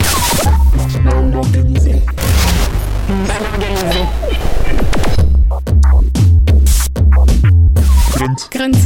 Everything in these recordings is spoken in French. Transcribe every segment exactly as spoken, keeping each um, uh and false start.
Mal organisé. Mal organisé. Grunt. Grunt.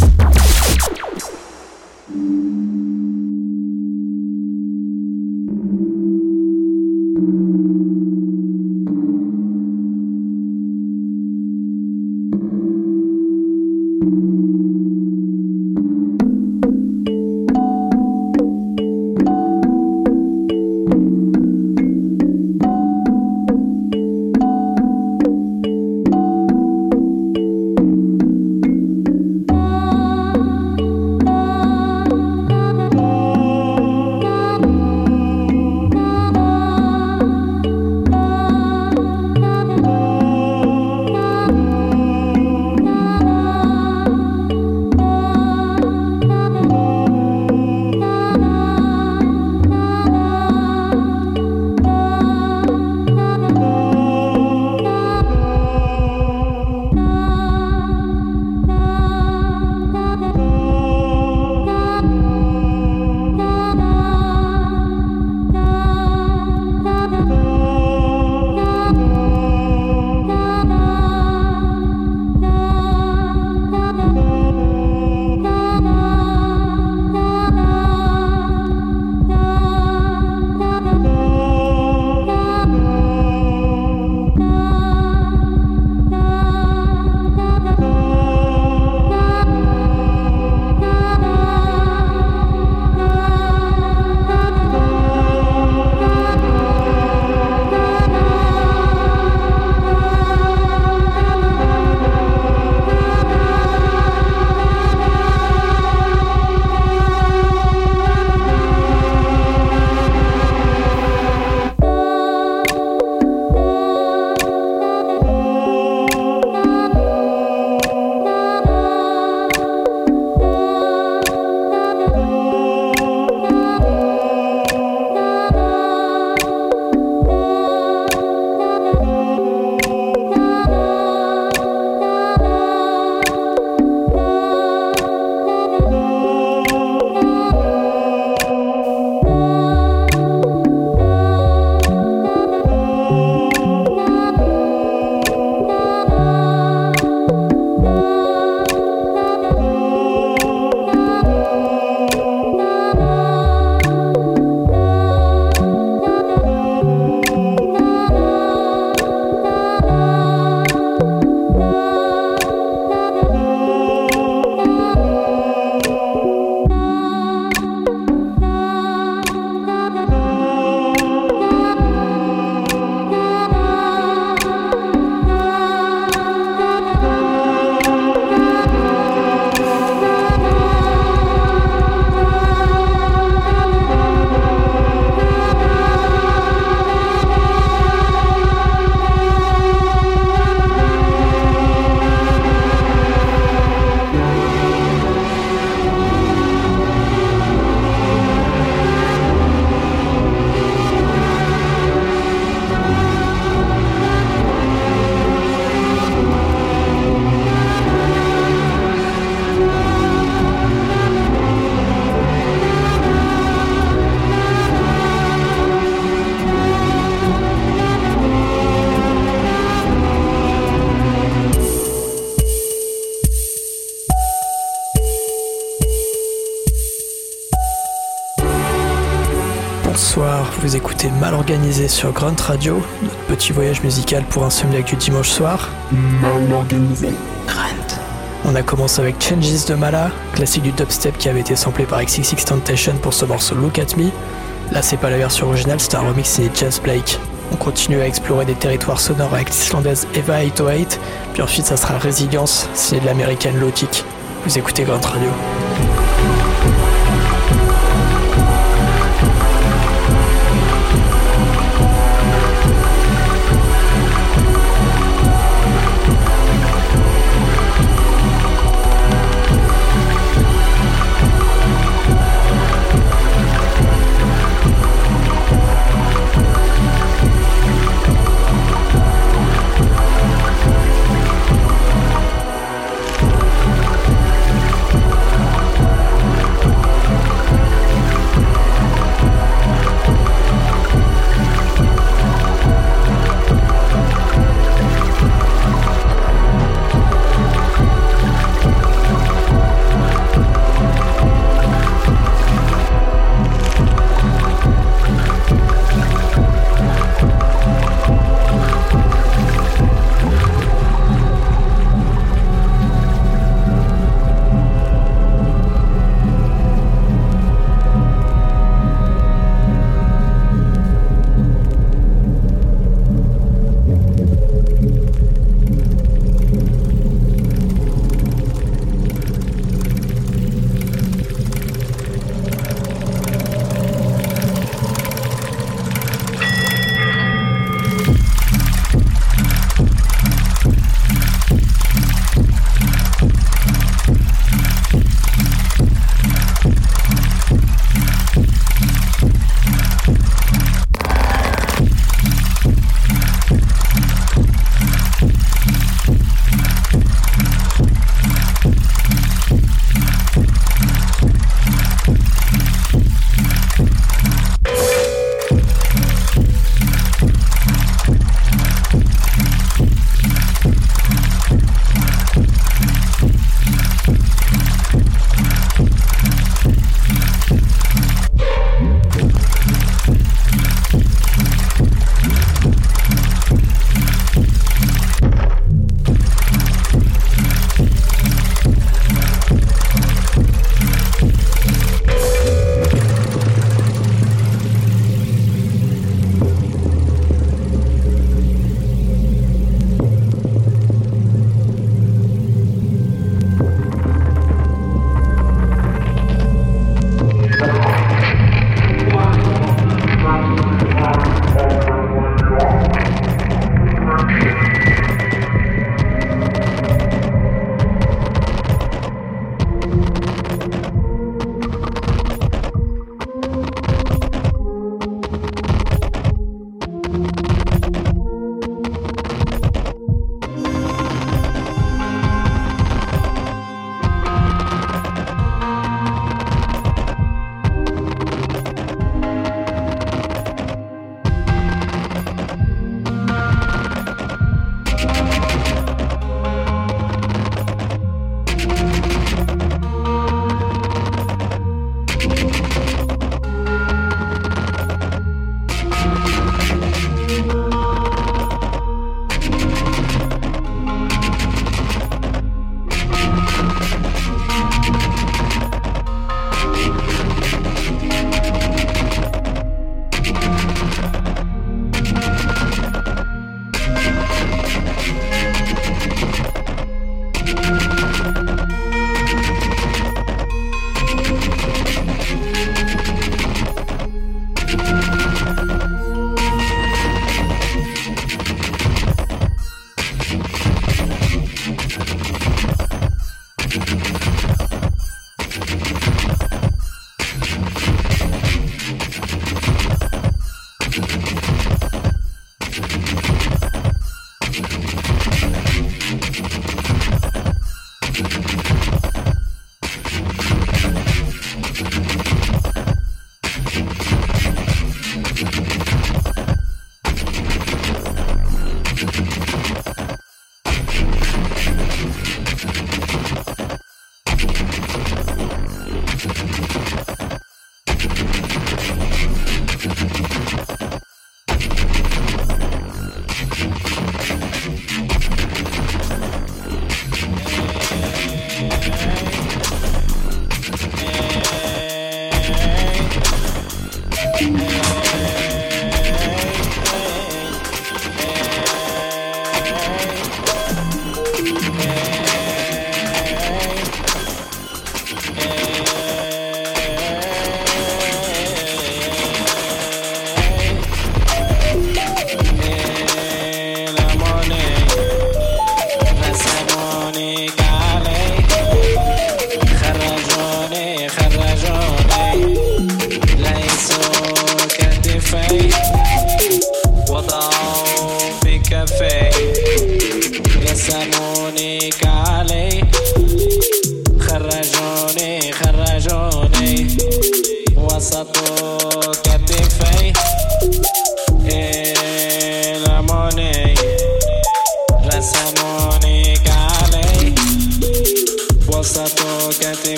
Bonsoir, vous écoutez Mal Organisé sur Grunt Radio, notre petit voyage musical pour Insomniac du dimanche soir. Mal organisé. Grunt. On a commencé avec Changes de Mala, classique du dubstep qui avait été samplé par X X X Temptation pour ce morceau Look at Me. Là c'est pas la version originale, c'est un remix signé Jazz Blake. On continue à explorer des territoires sonores avec l'islandaise Eva huit cent huit, puis ensuite ça sera Résilience, signé de l'américaine Lotic. Vous écoutez Grunt Radio.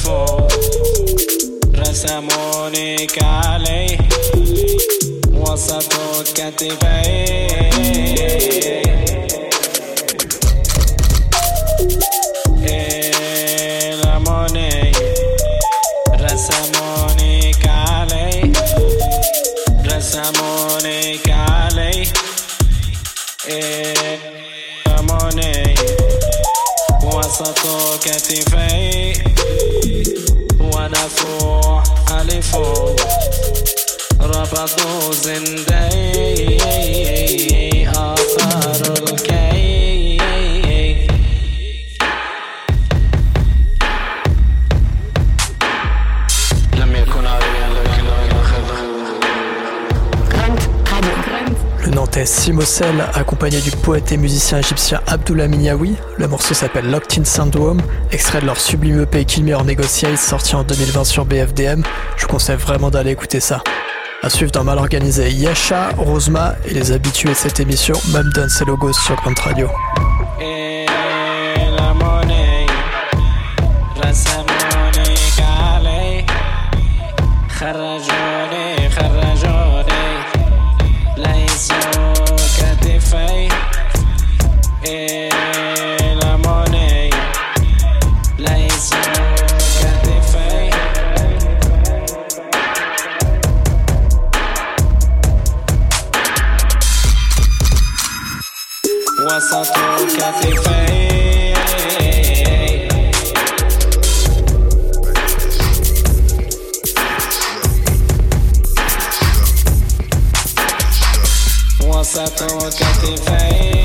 لفوق رسمونك عليه وسطوا كتفيه رسمونك علي رسمونك علي رموني وسطوا كتفي ونفوح علي فوق ربطوا زندي آثار الكي Le Nantais Simosel, accompagné du poète et musicien égyptien Abdullah Minyawi. Le morceau s'appelle Locked in Syndrome, extrait de leur sublime E P Kill Me or Negotiate sorti en deux mille vingt sur B F D M. Je vous conseille vraiment d'aller écouter ça. À suivre dans Mal Organisé, Yesha, Rosma et les habitués de cette émission, Mum Dance et Logos sur Grunt Radio. Et la monnaie, رسمونك علي خرجوني خرجوني ليسوا كتفي إيه la monnaie ليسوا كتفي وسطوا كتفي وسطوا كتفي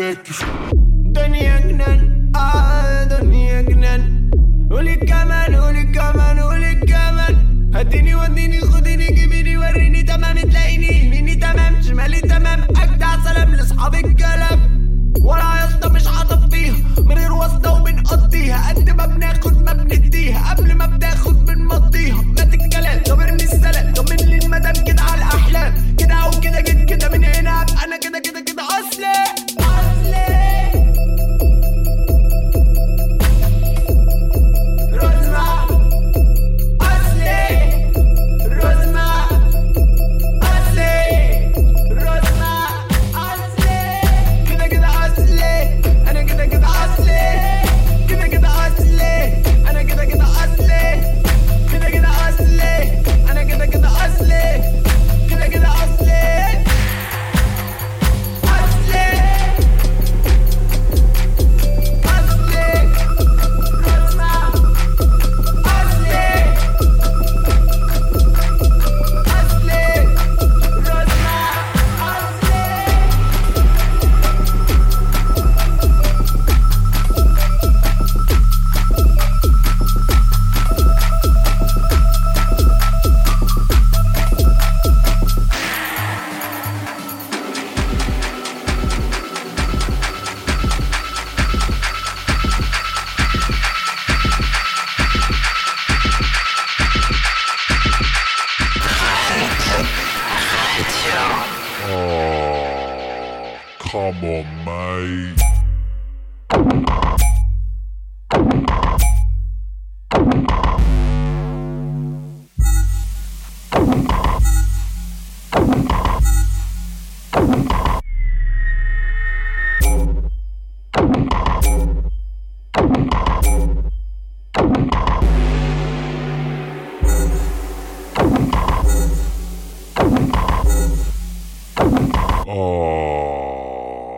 فاكر دنيا جنان اه دنيا جنان قولي كمان قولي كمان قولي كمان هديني وديني خديني جيبيني وريني تمام تلاقيني يميني تمام شمالي تمام اجدع سلام لاصحاب الكلام ولا يا اسطى مش هطفيها من غير واسطه وبنقضيها قد ما بناخد ما بنديها قبل ما بتاخد بنمضيها مات الكلام صابرني السلام طمن لي المدام كده على الاحلام كده او كده جيت كده من هنا ابقى انا كده كده كده اصلي اصلي رزمة اصلي رزمة اصلي رزمة اصلي كده كده اصلي انا كده كده اصلي كده كده اصلي انا كده كده اصلي كده كده اصلي انا كده كده اصلي كده كده اصلي Come on, mate. Oh.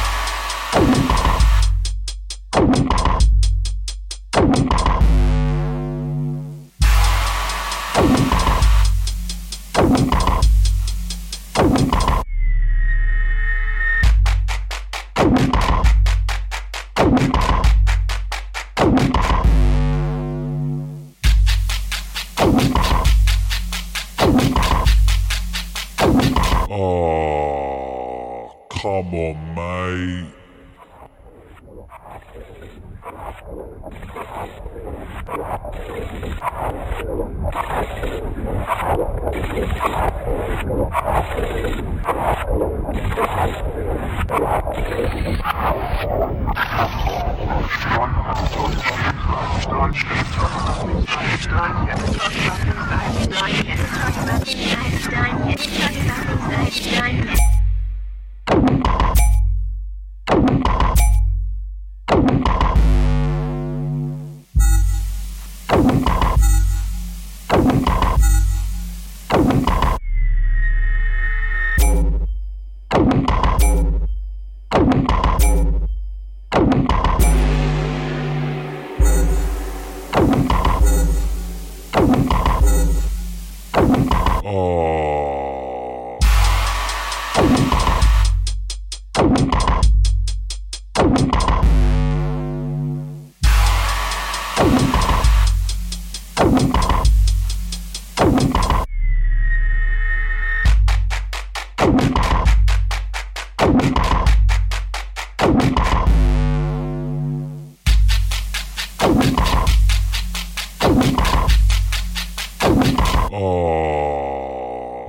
Oh, come on, mate. Oh. Oh.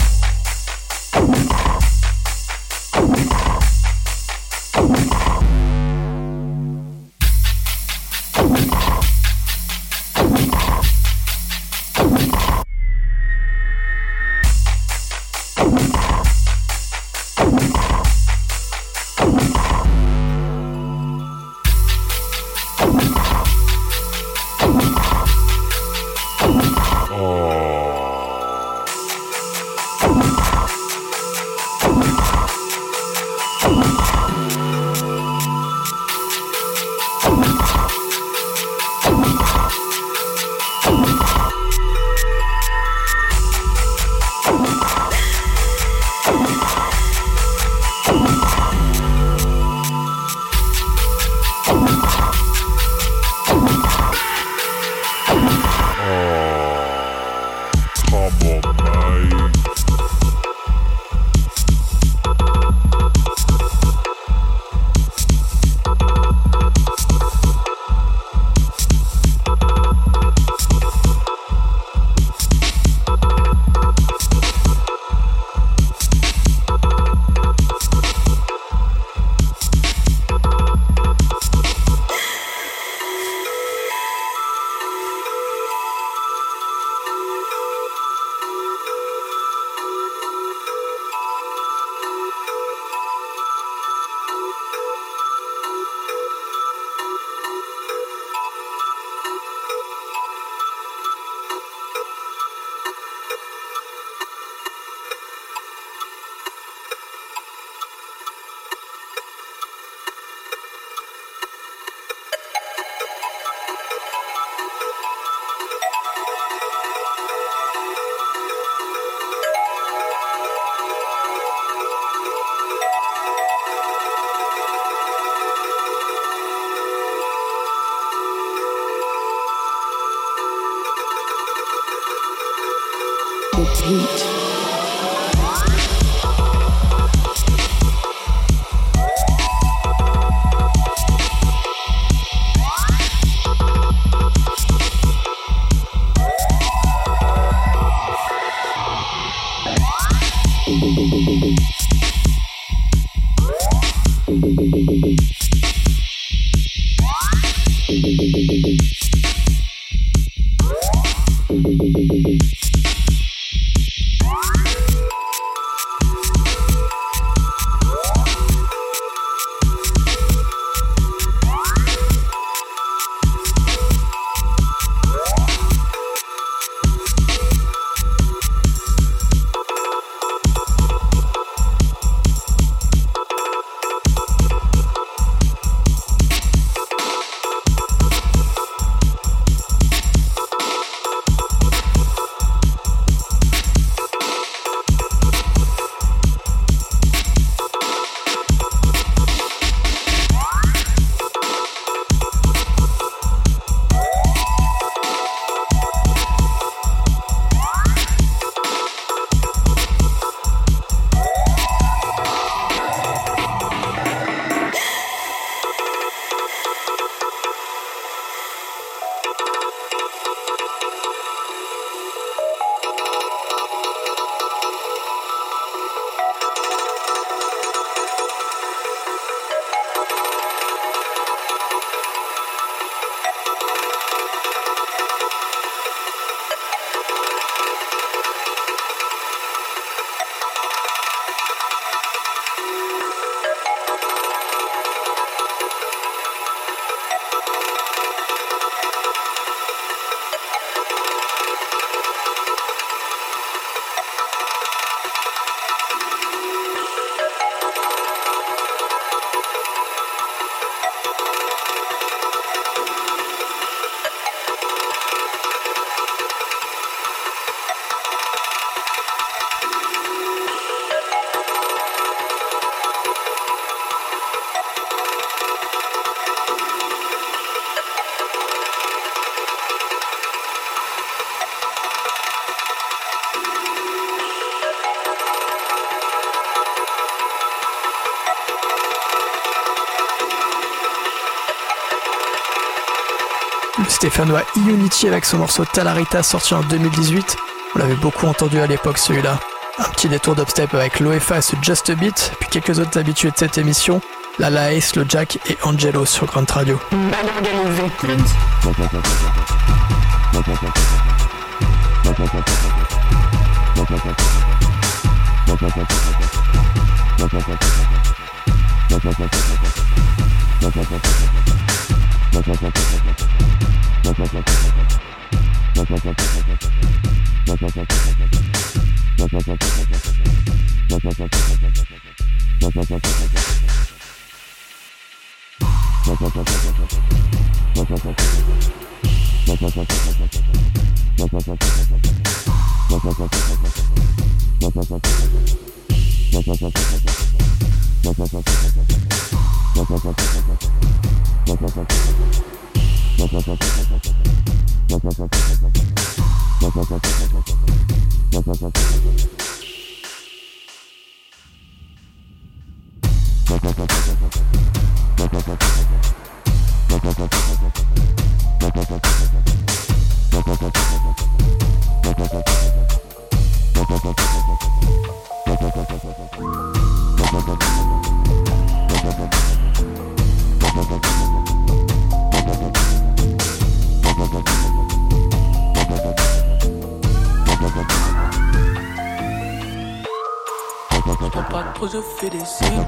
Le stéphanois E-Unity avec son morceau Talarita sorti en deux mille dix-huit. On l'avait beaucoup entendu à l'époque celui-là. Un petit détour d'upstep avec l'O F A et ce Just a Beat, puis quelques autres habitués de cette émission, Lala Ace, Le Jack et Angelo sur Grunt Radio. Mal organisé. Grunt. Je fais des signes.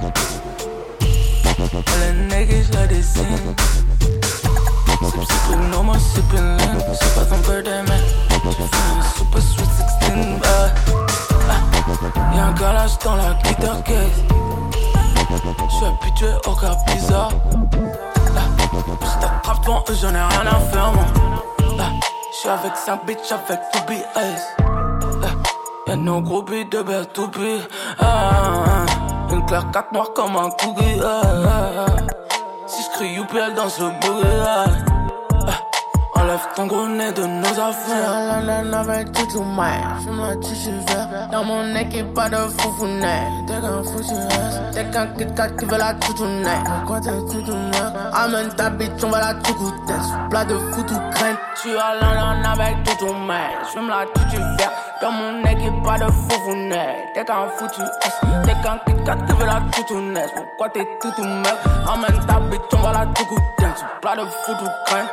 All the niggas let it sing. Sip, sippin', no more sippin' lean. C'est pas ton birthday, man. J'ai fait un super sweet sixteen, bah. Ah. Y'a un galage dans la guitar case. J'suis habitué au cas bizarre. Ah. J't'attrape devant eux, j'en ai rien à faire, moi. Ah. J'suis avec cinq bitches, avec two B S. Y'a nos groupies de best to be. Ah, une claire quatre noire comme un cookie. Ah, ah, ah. Si j'crie youpi, elle danse le boogie. Ah, ah. Enlève ton gros nez de nos affaires. J'suis en London avec tout le monde. J'fume la tige vert. Dans mon équipe, pas de foufounet. T'es qu'un fou, tu restes. T'es qu'un Kit Kat qui veut la toutounet. Pourquoi t'es toutounet? Amène ta bitch, on va la tout goûter. Plat de foot ou crème. J'suis à London avec tout le monde. J'fume la tige vert. Dans mon équipe, pas de foufounet. T'es t'es qu'un foutu S. T'es qu'un Kit-Kat qui veut la toutounesse. Pourquoi t'es toutou mec? Emmène ta bitch, on va la toutou dance. Plat de foutu crème.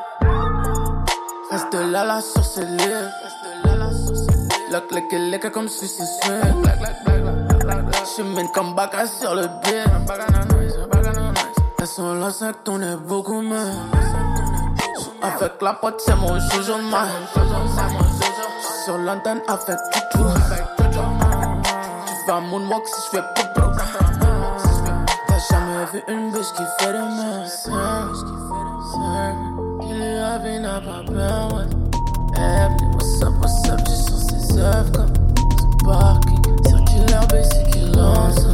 Reste là, là, sur ses lèvres. Lock, lick, lick, comme si c'est swing. Je mène comme Baka sur le biais. Elles sont là, c'est que t'en es beaucoup mieux. Avec la pote, c'est mon joujou de ma. J'suis sur l'antenne avec Toutou. Tu vas moonwalk si j'fais popo. T'as jamais vu une bitch qui fait de même. Qui lui a vu n'a pas peur, ouais. Hey, what's up, what's up, j'suis sur ses œuvres comme ce parking. Circulaire, basic, qui lance.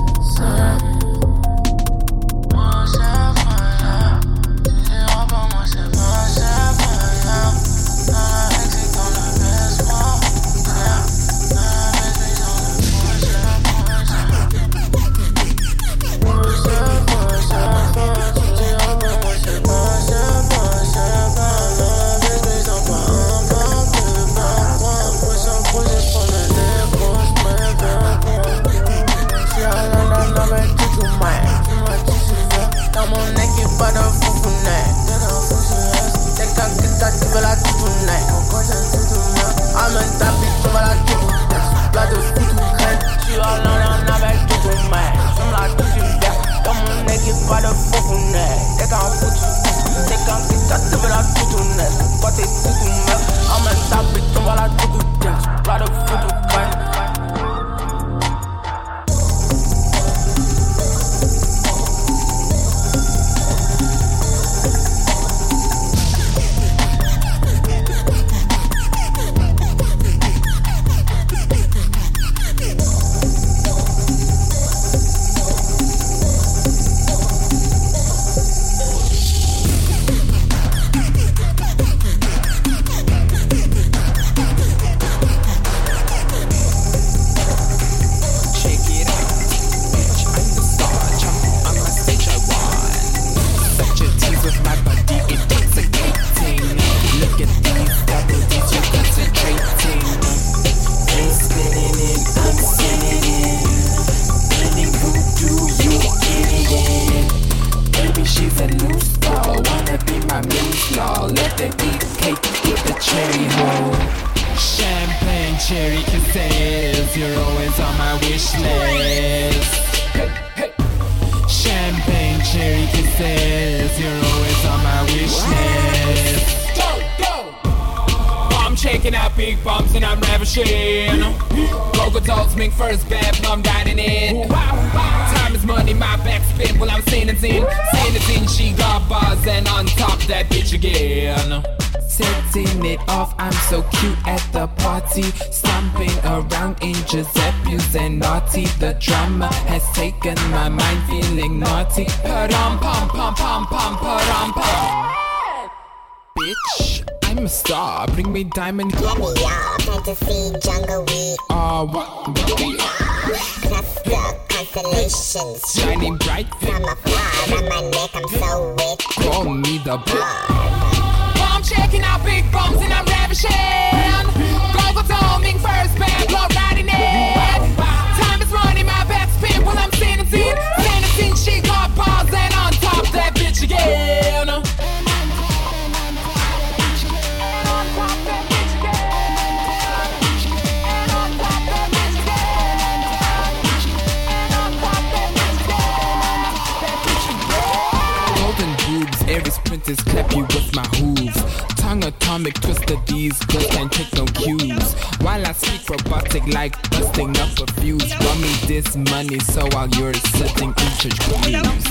Pas de foufounet. T'es qu'un Kit-Kat qui veut la toutounette. Amène ta bitch, on va la toutounette. Plat de foutou crème. J'suis à l'en avec toutou mec. J'aime la toutou verte. Dans mon équipe, pas de foufounet. T'es qu'un foutu. T'es qu'un Kit-Kat qui veut la toutounette. Pourquoi t'es toutou mec? Amène ta bitch, on va la toutounette. Plat de foutou crème. First bad plum dining in. Time is money, my back spin while I'm saying sin. Saying sin, she got bars and on top that bitch again. Setting it off, I'm so cute at the party. Stomping around in Giuseppe's and naughty. The drama has taken my mind, feeling naughty. Pa-dum, pum, pum, pum, pum, pa-dum, pum. Bitch, I'm a star, bring me diamond. Let me up, fantasy, jungle weed. Uh, what? Cluster, constellations. Shining bright. From afar, on my neck, I'm so weak. Call me the blood. I'm checking out big bumps and I'm ravishing. Go for toming, first bad blood riding it. Time is running, my back spin while I'm saying sin. Saying sin, she got bars and on top that bitch again. Aries princess clap you with my hooves. Tongue atomic twister these girls can't take no cues. While I speak robotic like busting up a fuse. Run me this money so while you're sitting in church pews.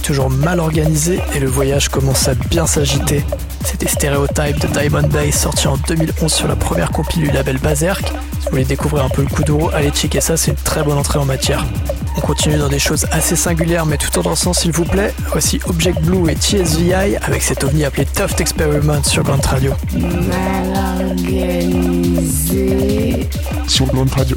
toujours mal organisé et le voyage commence à bien s'agiter. C'était Stereotype de Diamond Bass, sorti en deux mille onze sur la première compile du label Berserk. Si vous voulez découvrir un peu le Kuduro, allez checker ça, c'est une très bonne entrée en matière. On continue dans des choses assez singulières mais tout en dansant s'il vous plaît. Voici Object Blue et T S V I avec cet ovni appelé Tuft Experiment sur Blunt Radio. Mal organisé. Sur Blunt Radio.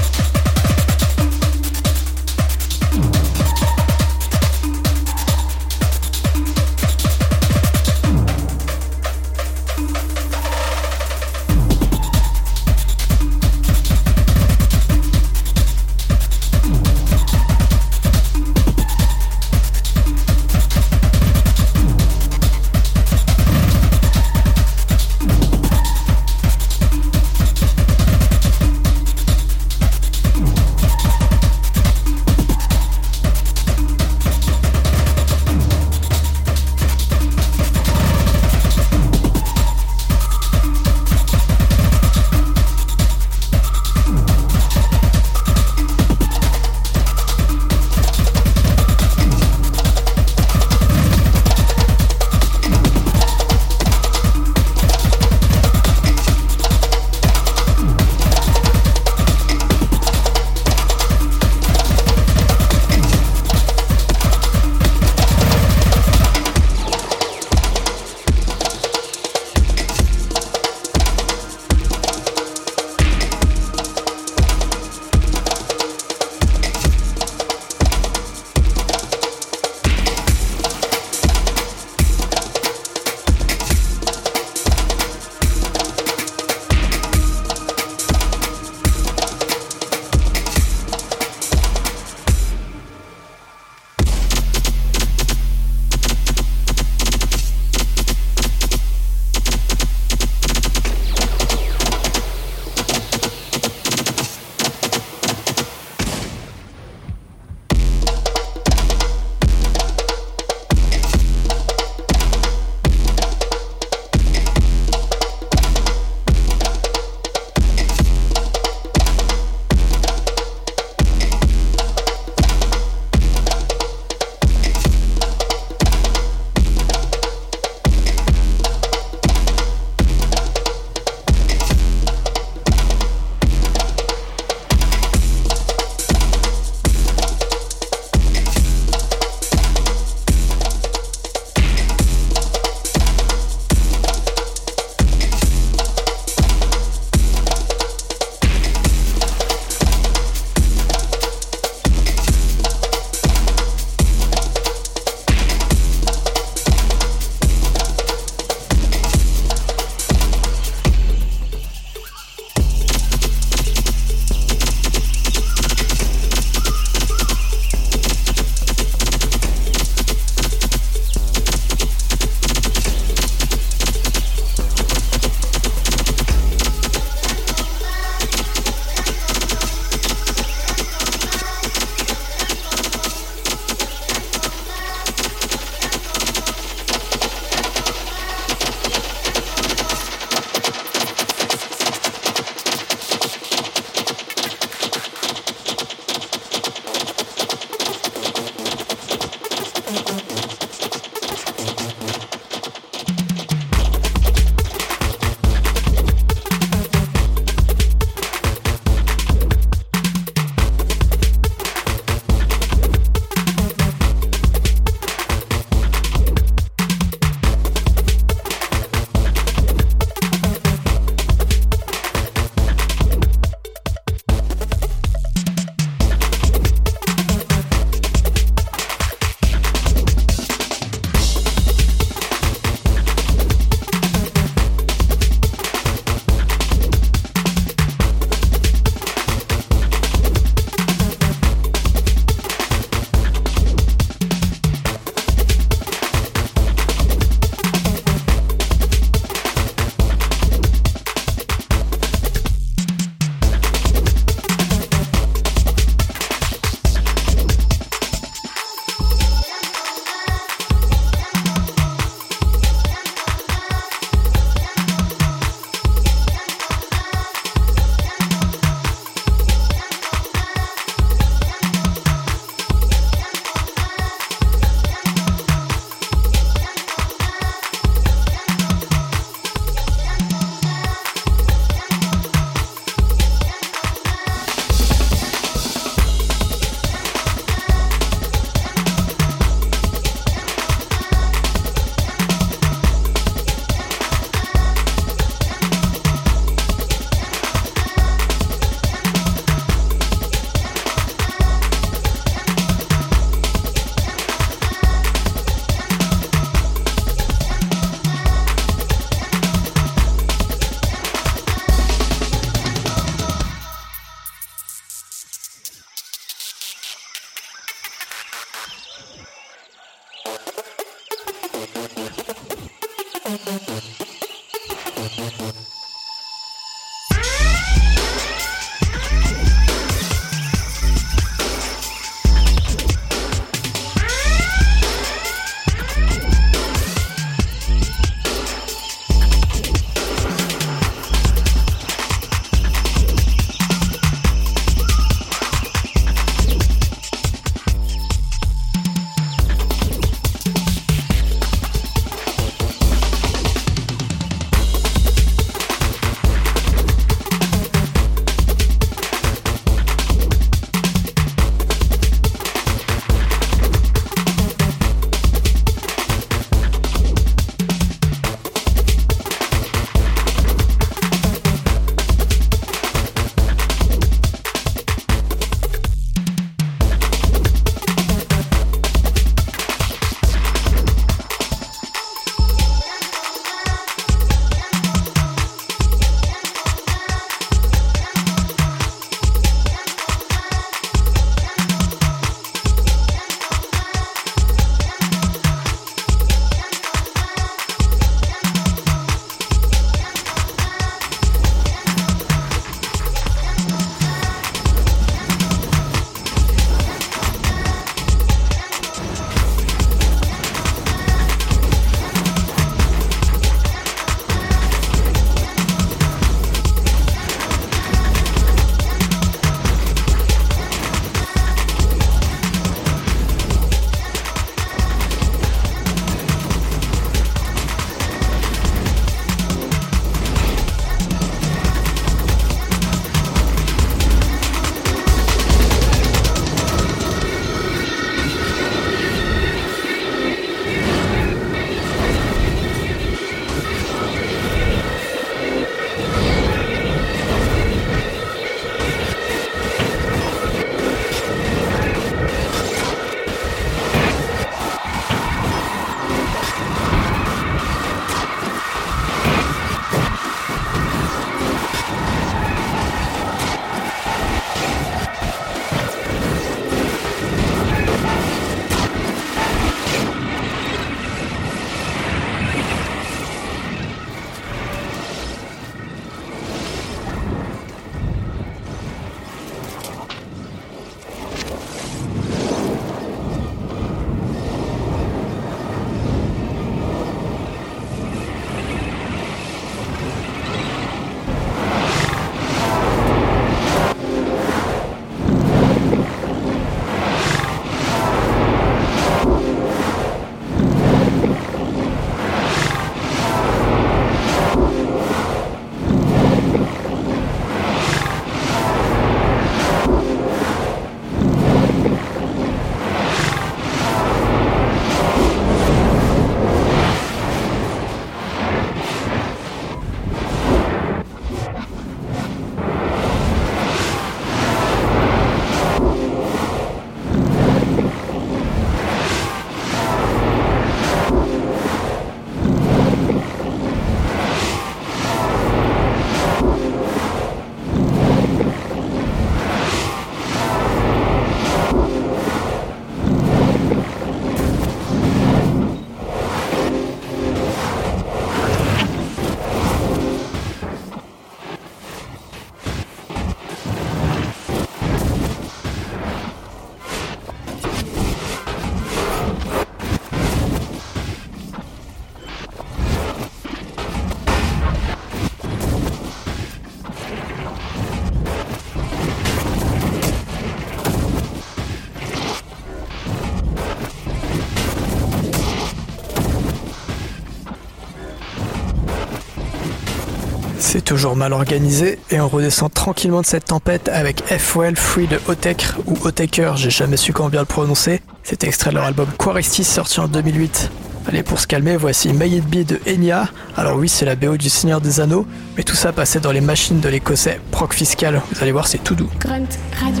C'est toujours mal organisé et on redescend tranquillement de cette tempête avec F Well Free de Otek ou Oteker, j'ai jamais su comment bien le prononcer. C'est extrait de leur album Quarestis sorti en deux mille huit. Allez, pour se calmer, voici May It Be de Enya. Alors oui, c'est la B O du Seigneur des Anneaux, mais tout ça passait dans les machines de l'écossais Proc Fiscal. Vous allez voir, c'est tout doux. Grunt Radio.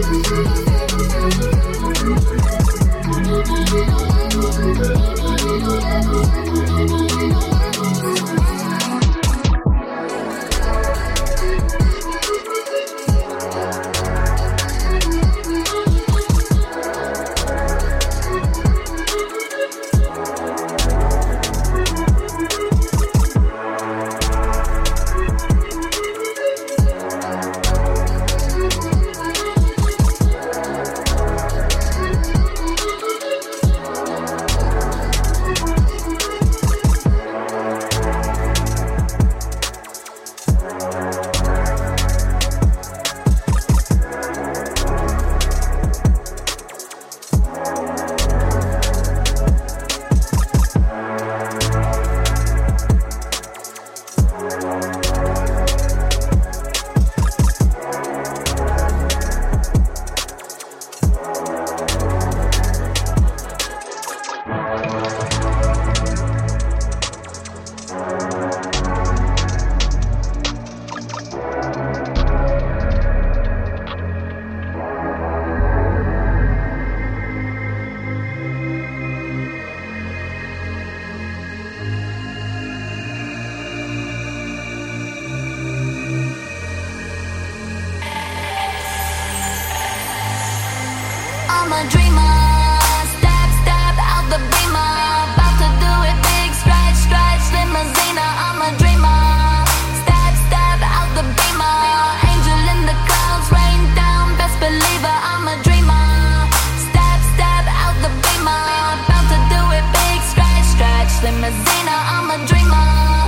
I'm a dreamer. Step, step out the beamer. About to do it big, stretch, stretch, limousine. I'm a dreamer. Step, step out the beamer. Angel in the clouds, rain down, best believer. I'm a dreamer. Step, step out the beamer. About to do it big, stretch, stretch, limousine. I'm a dreamer.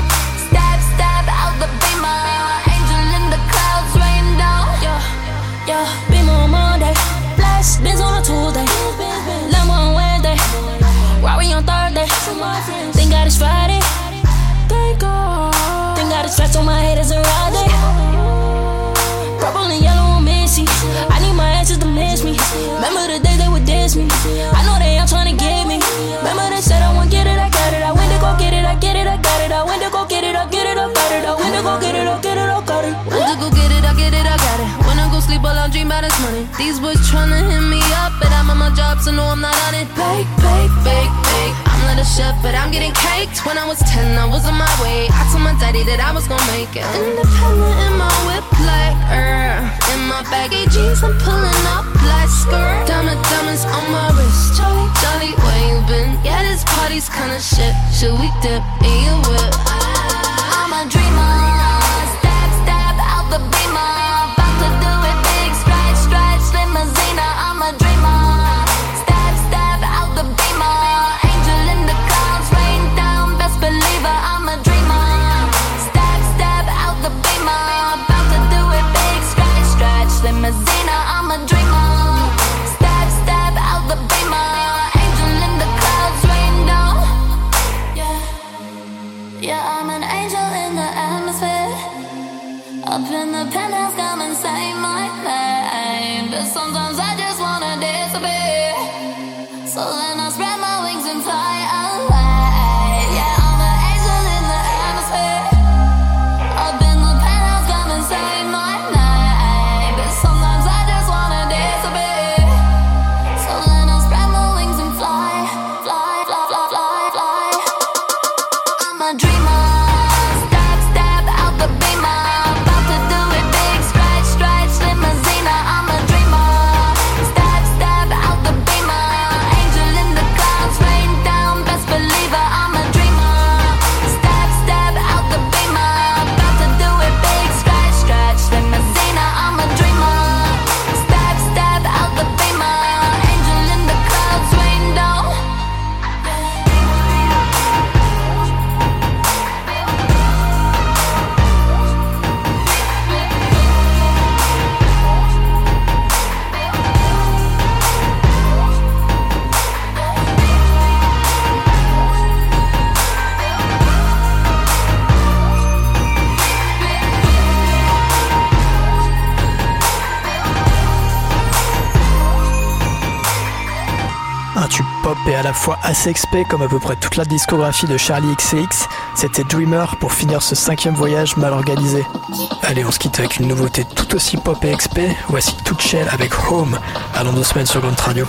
Step, step out the beamer. Angel in the clouds, rain down. Yeah, yeah, beamer on Monday. Benz on a Tuesday, Lambo on Wednesday, Rari on Thursday. Thank God it's Friday. Thank God. Thank God it's fast on my head, it's a ride day. Purple and yellow on Missy. I need my asses to miss me. Remember the days they would diss me. I know they all trying to get me. Remember they said I won't get it, I got it. I went to go get it, I get it, I got it. I went to go get it, I get it, I got it. I went to go get it, I get it, I got it. Went to go get it, I get it, I got it. When I go sleep, all I dream about is money. These boys tryna hit me up, but I'm on my job, so no, I'm not on it. Bake, bake, bake, bake. I'm not a chef, but I'm getting caked. When I was ten, I was on my way. I told my daddy that I was gonna make it. Independent in my whip, like er. In my baggy jeans, I'm pulling up like skirt. Diamond, diamonds on my wrist. Jolly, jolly, where you been? Yeah, this party's kinda shit. Should we dip in your whip? I'm a dreamer. Step, step out the beamer. About to do it big, stretch, stretch, limousine. I'm a dreamer. Step, step out the beamer. Angel in the clouds, rain down, best believer. I'm a dreamer. Step, step out the beamer. About to do it big, stretch, stretch, limousine. I'm a dreamer. Step, step out the beamer. Angel in the clouds, rain down. Yeah, yeah, I'm an angel in the atmosphere. Up in the penthouse, come and say my name. But sometimes I just wanna disappear. So then I spread my wings and fly away. Yeah, I'm an angel in the atmosphere. Up in the penthouse, come and say my name. But sometimes I just wanna disappear. So then I spread my wings and fly, fly, fly, fly, fly, fly. I'm a dreamer. Step, step out the beamer. About to do it big, stretch, stretch, limousine. I'm a dreamer. Step, step out the beamer. Angel in Un tube pop et à la fois assez expé comme à peu près toute la discographie de Charli X C X, c'était Dreamer pour finir ce cinquième voyage mal organisé. Allez, on se quitte avec une nouveauté tout aussi pop et expé, voici Toute Shell avec Home, à dans deux semaines sur Grunt Radio.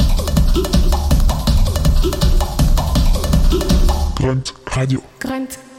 Grunt Radio. Grunt.